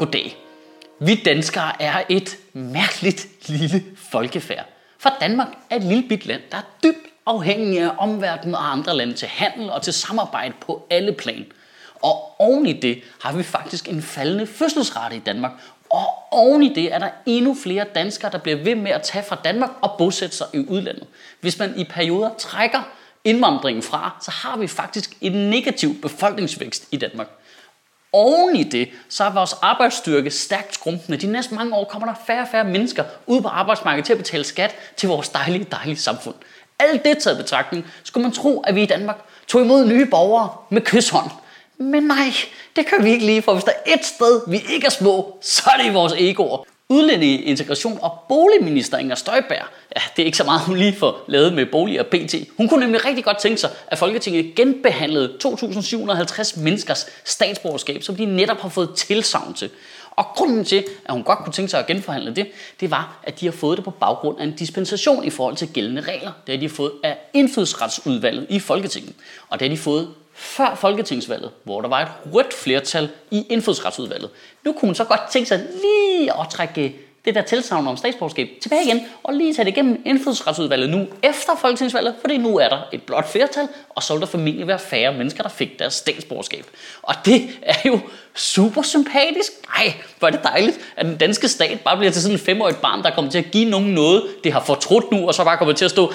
Goddag. Vi danskere er et mærkeligt lille folkefærd. For Danmark er et lille bit land, der er dybt afhængig af omverdenen og andre lande til handel og til samarbejde på alle plan. Og oven i det har vi faktisk en faldende fødselsrate i Danmark. Og oven i det er der endnu flere danskere, der bliver ved med at tage fra Danmark og bosætte sig i udlandet. Hvis man i perioder trækker indvandringen fra, så har vi faktisk en negativ befolkningsvækst i Danmark. Oven i det, så er vores arbejdsstyrke stærkt skrumpende. De næste mange år kommer der færre og færre mennesker ud på arbejdsmarkedet til at betale skat til vores dejlige samfund. Alt det taget i betragtning, skulle man tro, at vi i Danmark tog imod nye borgere med kyshånd. Men nej, det kan vi ikke lige, for hvis der er et sted, vi ikke er små, så er det i vores egoer. Udlændinge, integration og boligminister Inger Støjberg, ja, det er ikke så meget, hun lige får lavet med bolig og pt. Hun kunne nemlig rigtig godt tænke sig, at Folketinget genbehandlede 2.750 menneskers statsborgerskab, som de netop har fået tilsagn til. Og grunden til, at hun godt kunne tænke sig at genforhandle det, det var, at de har fået det på baggrund af en dispensation i forhold til gældende regler. Det har de fået af Indfødsretsudvalget i Folketinget. Og det har de fået før folketingsvalget, hvor der var et rødt flertal i Indfødsretsudvalget. Nu kunne hun så godt tænke sig lige at trække det der tilsagn om statsborgerskab tilbage igen, og lige tage det igennem Indfødsretsudvalget nu efter folketingsvalget, fordi nu er der et blåt flertal, og så vil der formentlig være færre mennesker, der fik deres statsborgerskab. Og det er jo super sympatisk. Nej, hvor er det dejligt, at den danske stat bare bliver til sådan en 5-årigt barn, der kommer til at give nogen noget, det har fortrudt nu, og så bare kommer til at stå,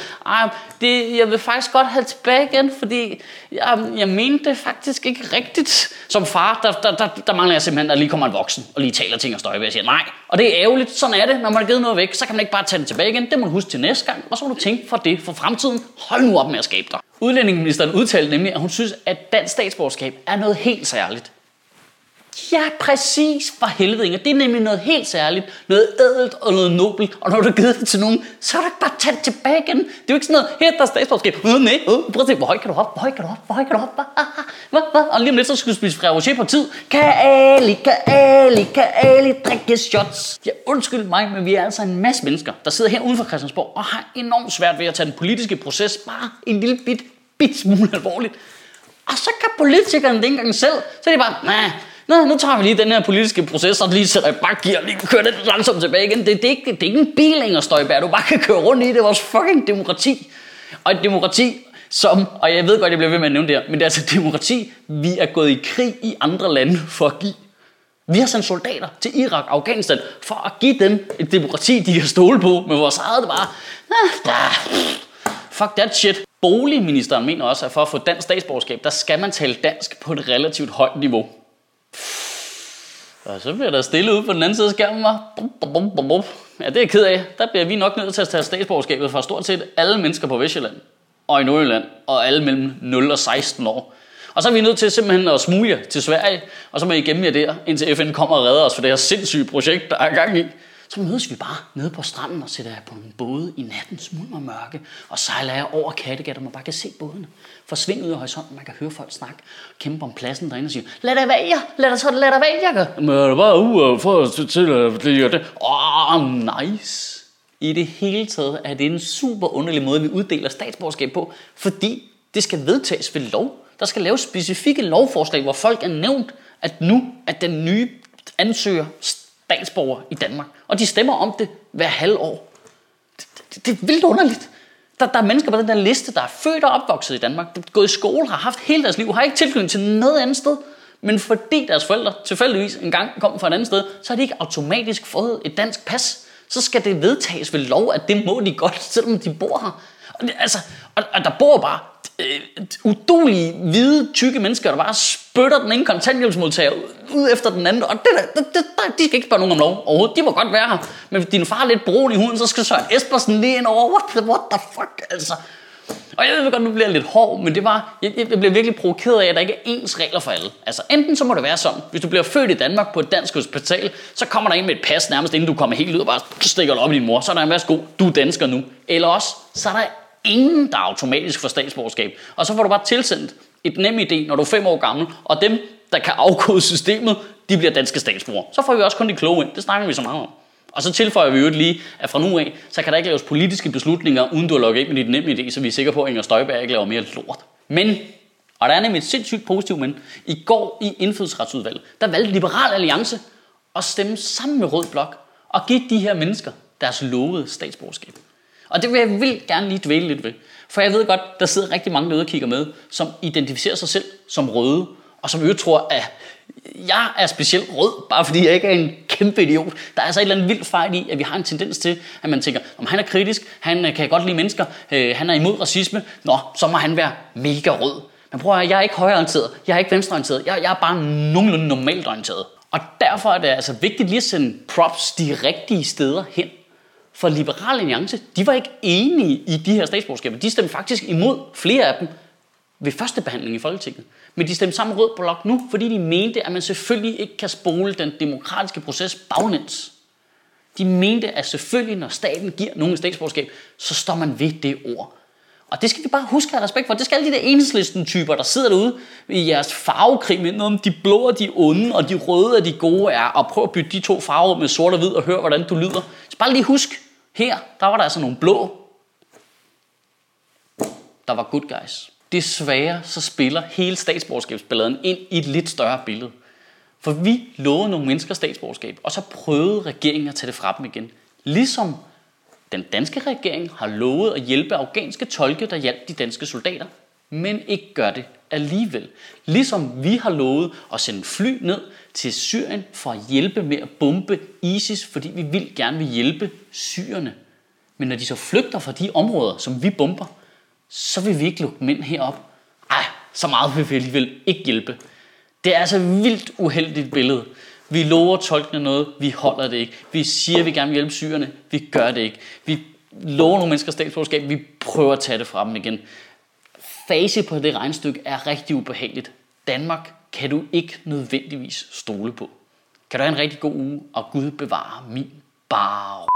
jeg vil faktisk godt have tilbage igen, fordi jeg mente det faktisk ikke rigtigt. Som far, der mangler jeg simpelthen, at lige kommer en voksen, og lige taler ting og Støjberg og siger nej. Og det er ærgerligt, sådan er det, når man har givet noget væk, så kan man ikke bare tage det tilbage igen, det må du huske til næste gang, og så må du tænke for det for fremtiden. Hold nu op med at skabe dig. Udlændingeministeren udtalte nemlig, at hun synes, at dansk statsborgerskab er noget helt særligt. Ja, præcis, for helvede, Inger. Det er nemlig noget helt særligt, noget ædelt og noget nobelt, og når du har givet det til nogen, så er du ikke bare tage det tilbage igen. Det er jo ikke sådan noget, her der er statsborgerskab, prøv at se, hvor højt kan du op, og lige om lidt, så skal du spise Frère Rocher på tid. Kan Ali drikke shots? Ja, undskyld mig, men vi er altså en masse mennesker, der sidder her uden for Christiansborg, og har enormt svært ved at tage den politiske proces bare en lille bit smule alvorligt. Og så kan politikerne det ikke engang selv, så er det bare, nu tager vi lige den her politiske proces, og lige sætter bare gear, lige kører det langsomt tilbage igen. Det er ikke en bil længere, Støjberg, du bare kan køre rundt i, det er vores fucking demokrati. Og et demokrati, og jeg ved godt, jeg bliver ved med at nævne det her, men det er altså et demokrati, vi er gået i krig i andre lande for at give. Vi har sendt soldater til Irak og Afghanistan for at give dem et demokrati, de kan stole på, med vores eget det bare. Fuck that shit. Boligministeren mener også, at for at få dansk statsborgerskab, der skal man tale dansk på et relativt højt niveau. Og så bliver der stille ud på den anden side af skærmen, var. Ja, det er jeg ked af. Der bliver vi nok nødt til at tage statsborgerskabet fra stort set alle mennesker på Vestjylland og i Nordjylland, og alle mellem 0 og 16 år. Og så er vi nødt til simpelthen at smule jer til Sverige, og så må I gemme jer der, indtil FN kommer og redder os for det her sindssyge projekt, der er gang i. Så mødes vi bare nede på stranden og sætter jer på en både i nattens mulm og mørke, og sejler jer over Kattegat, og man bare kan se bådene forsvinde ud af horisonten. Man kan høre folk snakke, kæmpe om pladsen derinde og sige, lad dig være, lad dig være. Men er det bare ude for det? Nice. I det hele taget er det en super underlig måde, vi uddeler statsborgerskab på, fordi det skal vedtages ved lov. Der skal laves specifikke lovforslag, hvor folk er nævnt, at nu er den nye ansøger statsborger i Danmark. Og de stemmer om det hver halvår. Det er vildt underligt. Der er mennesker på den der liste, der er født og opvokset i Danmark, der er gået i skole, har haft hele deres liv, har ikke tilknytning til noget andet sted. Men fordi deres forældre tilfældigvis engang kom fra et andet sted, så har de ikke automatisk fået et dansk pas. Så skal det vedtages ved lov, at det må de godt, selvom de bor her. Og der bor bare udulige, hvide, tykke mennesker, der bare spytter den ene kontanthjælpsmodtager ud efter den anden. Og de skal ikke spørge nogen om lov overhovedet. De må godt være her. Men hvis din far er lidt brun i huden, så skal Søren Espersen lige ind over. What the fuck, altså. Og jeg ved godt, nu bliver jeg lidt hård, men det var, jeg bliver virkelig provokeret af, at der ikke er ens regler for alle. Altså enten så må det være sådan, hvis du bliver født i Danmark på et dansk hospital, så kommer der en med et pas nærmest inden du kommer helt ud og bare stikker dig op i din mor. Så er der en værsgo, du er dansker nu. Eller også, så er der ingen, der automatisk får statsborgerskab. Og så får du bare tilsendt et NemID, når du er 5 år gammel, og dem, der kan afkode systemet, de bliver danske statsborgere. Så får vi også kun de kloge ind. Det snakker vi så meget om. Og så tilføjer vi jo lige, at fra nu af, så kan der ikke laves politiske beslutninger, uden du har logget ind med dit NemID, så vi er sikre på, at Inger Støjberg ikke laver mere lort. Men, og der er nemlig et sindssygt positivt men, i går i Indfødsretsudvalget, der valgte Liberal Alliance og stemme sammen med Rød Blok og give de her mennesker deres lovede statsborgerskab. Og det vil jeg gerne lige dvæle lidt ved. For jeg ved godt, der sidder rigtig mange derude og kigger med, som identificerer sig selv som røde, og som tror, at jeg er specielt rød, bare fordi jeg ikke er en kæmpe idiot. Der er altså et eller andet vildt fejl i, at vi har en tendens til, at man tænker, om han er kritisk, han kan godt lide mennesker, han er imod racisme, så må han være mega rød. Men prøv at jeg er ikke højreorienteret, jeg er ikke venstreorienteret, jeg er bare nogenlunde normalt orienteret. Og derfor er det altså vigtigt lige at sende props de rigtige steder hen. For Liberal Alliance, de var ikke enige i de her statsborgerskaber. De stemte faktisk imod flere af dem ved første behandling i Folketinget. Men de stemte sammen med Rød Blok nu, fordi de mente, at man selvfølgelig ikke kan spole den demokratiske proces baglæns. De mente, at selvfølgelig, når staten giver nogen et statsborgerskab, så står man ved det ord. Og det skal vi bare huske at have respekt for. Det skal alle de der Enhedslisten-typer, der sidder derude i jeres farvekrig med noget om de blå og de onde, og de røde og de gode er, og prøv at bytte de to farver med sort og hvid og hør, hvordan du lyder. Så bare lige husk, her, der var der altså nogle blå, der var good guys. Desværre så spiller hele statsborgerskabsballaden ind i et lidt større billede. For vi lovede nogle mennesker statsborgerskab, og så prøvede regeringen at tage det fra dem igen. Ligesom den danske regering har lovet at hjælpe afghanske tolke, der hjalp de danske soldater, men ikke gør det alligevel. Ligesom vi har lovet at sende fly ned til Syrien for at hjælpe med at bombe ISIS, fordi vi gerne vil hjælpe syrerne. Men når de så flygter fra de områder, som vi bomber, så vil vi ikke lukke dem ind herop. Så meget vil vi alligevel ikke hjælpe. Det er altså et vildt uheldigt billede. Vi lover tolkene noget, vi holder det ikke. Vi siger, at vi gerne vil hjælpe syrerne, vi gør det ikke. Vi lover nogle mennesker statsborgerskab, vi prøver at tage det fra dem igen. Facit på det regnestykke er rigtig ubehageligt. Danmark kan du ikke nødvendigvis stole på. Kan du have en rigtig god uge, og Gud bevare min bar.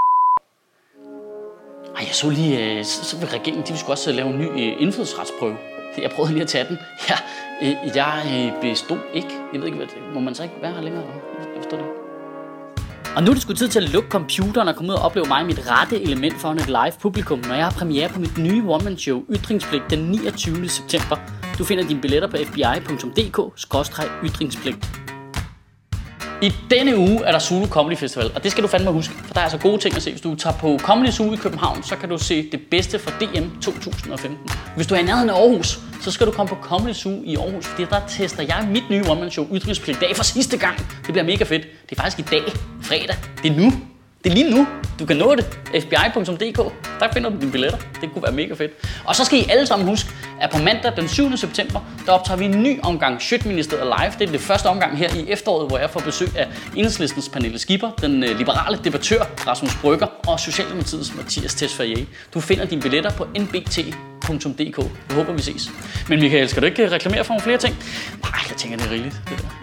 Jeg så lige, så vil regeringen, de vil sgu også lave en ny indfødsretsprøve. Jeg prøvede lige at tage den. Jeg bestod ikke. Jeg ved ikke, må man så ikke være her længere? Jeg forstår det ikke. Og nu er det sgu tid til at lukke computeren og komme ud og opleve mig i mit rette element foran et live publikum, når jeg har premiere på mit nye one-man-show Ytringspligt den 29. september. Du finder dine billetter på fbi.dk/ytringspligt. I denne uge er der Zulu Comedy Festival, og det skal du fandme huske, for der er altså gode ting at se. Hvis du tager på Comedy Zoo i København, så kan du se det bedste fra DM 2015. Hvis du er i nærheden af Aarhus, så skal du komme på Comedy Zoo i Aarhus, fordi der tester jeg mit nye one-man-show Ytringspligt dag for sidste gang. Det bliver mega fedt. Det er faktisk i dag, fredag. Det er nu. Det er lige nu. Du kan nå det. fbi.dk. Der finder du dine billetter. Det kunne være mega fedt. Og så skal I alle sammen huske, at på mandag den 7. september, der optager vi en ny omgang Sjøtministeriet live. Det er det første omgang her i efteråret, hvor jeg får besøg af Enhedslistens Pernille Skipper, den liberale debattør Rasmus Brygger og Socialdemokratiets Mathias Tesfaye. Du finder dine billetter på nbt.dk. Jeg håber, vi ses. Men Michael, skal du ikke reklamere for nogle flere ting? Nej, jeg tænker, det er rigeligt, det der.